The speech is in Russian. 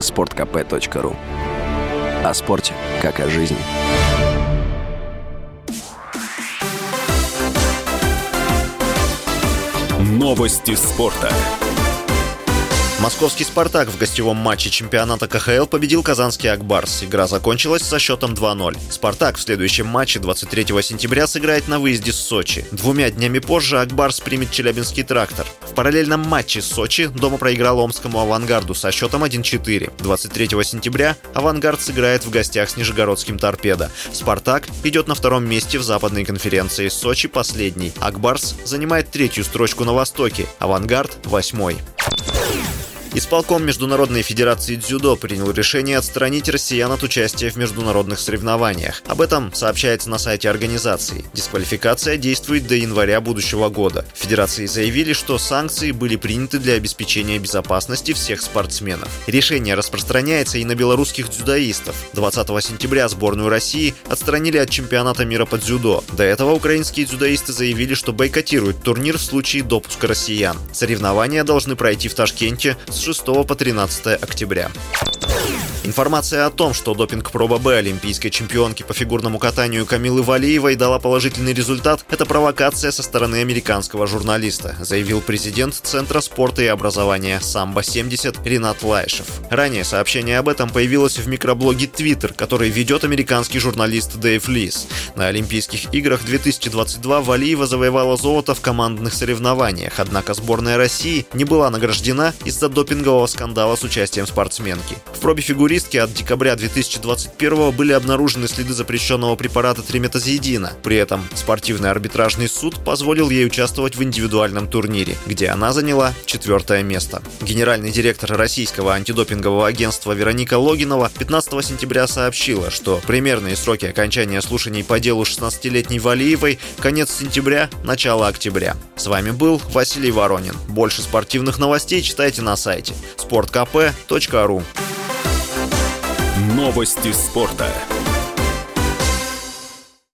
sportkp.ru. О спорте, как о жизни. Новости спорта. Московский «Спартак» в гостевом матче чемпионата КХЛ победил казанский «Ак-Барс». Игра закончилась со счетом 2-0. «Спартак» в следующем матче 23 сентября сентября сыграет на выезде с Сочи. 2 днями позже «Ак-Барс» примет челябинский «Трактор». В параллельном матче с Сочи дома проиграл омскому «Авангарду» со счетом 1-4. 23 сентября «Авангард» сыграет в гостях с нижегородским «Торпедо». «Спартак» идет на втором месте в западной конференции, Сочи последний. «Ак-Барс» занимает третью строчку на востоке, «Авангард» — 8-й. Исполком Международной федерации дзюдо принял решение отстранить россиян от участия в международных соревнованиях. Об этом сообщается на сайте организации. Дисквалификация действует до января будущего года. В федерации заявили, что санкции были приняты для обеспечения безопасности всех спортсменов. Решение распространяется и на белорусских дзюдоистов. 20 сентября сборную России отстранили от чемпионата мира по дзюдо. До этого украинские дзюдоисты заявили, что бойкотируют турнир в случае допуска россиян. Соревнования должны пройти в Ташкенте с 6 по 13 октября. Информация о том, что допинг-проба Б олимпийской чемпионки по фигурному катанию Камилы Валиевой дала положительный результат, это провокация со стороны американского журналиста, заявил президент Центра спорта и образования «Самбо-70» Ринат Лайшев. Ранее сообщение об этом появилось в микроблоге Twitter, который ведет американский журналист Дэйв Лис. На Олимпийских играх 2022 Валиева завоевала золото в командных соревнованиях, однако сборная России не была награждена из-за допингового скандала с участием спортсменки. В пробе фигуристки от декабря 2021 были обнаружены следы запрещенного препарата триметазидина. При этом спортивный арбитражный суд позволил ей участвовать в индивидуальном турнире, где она заняла 4 место. Генеральный директор российского антидопингового агентства Вероника Логинова 15 сентября сообщила, что примерные сроки окончания слушаний по делу 16-летней Валиевой — конец сентября, начало октября. С вами был Василий Воронин. Больше спортивных новостей читайте на сайте sportkp.ru. Новости спорта.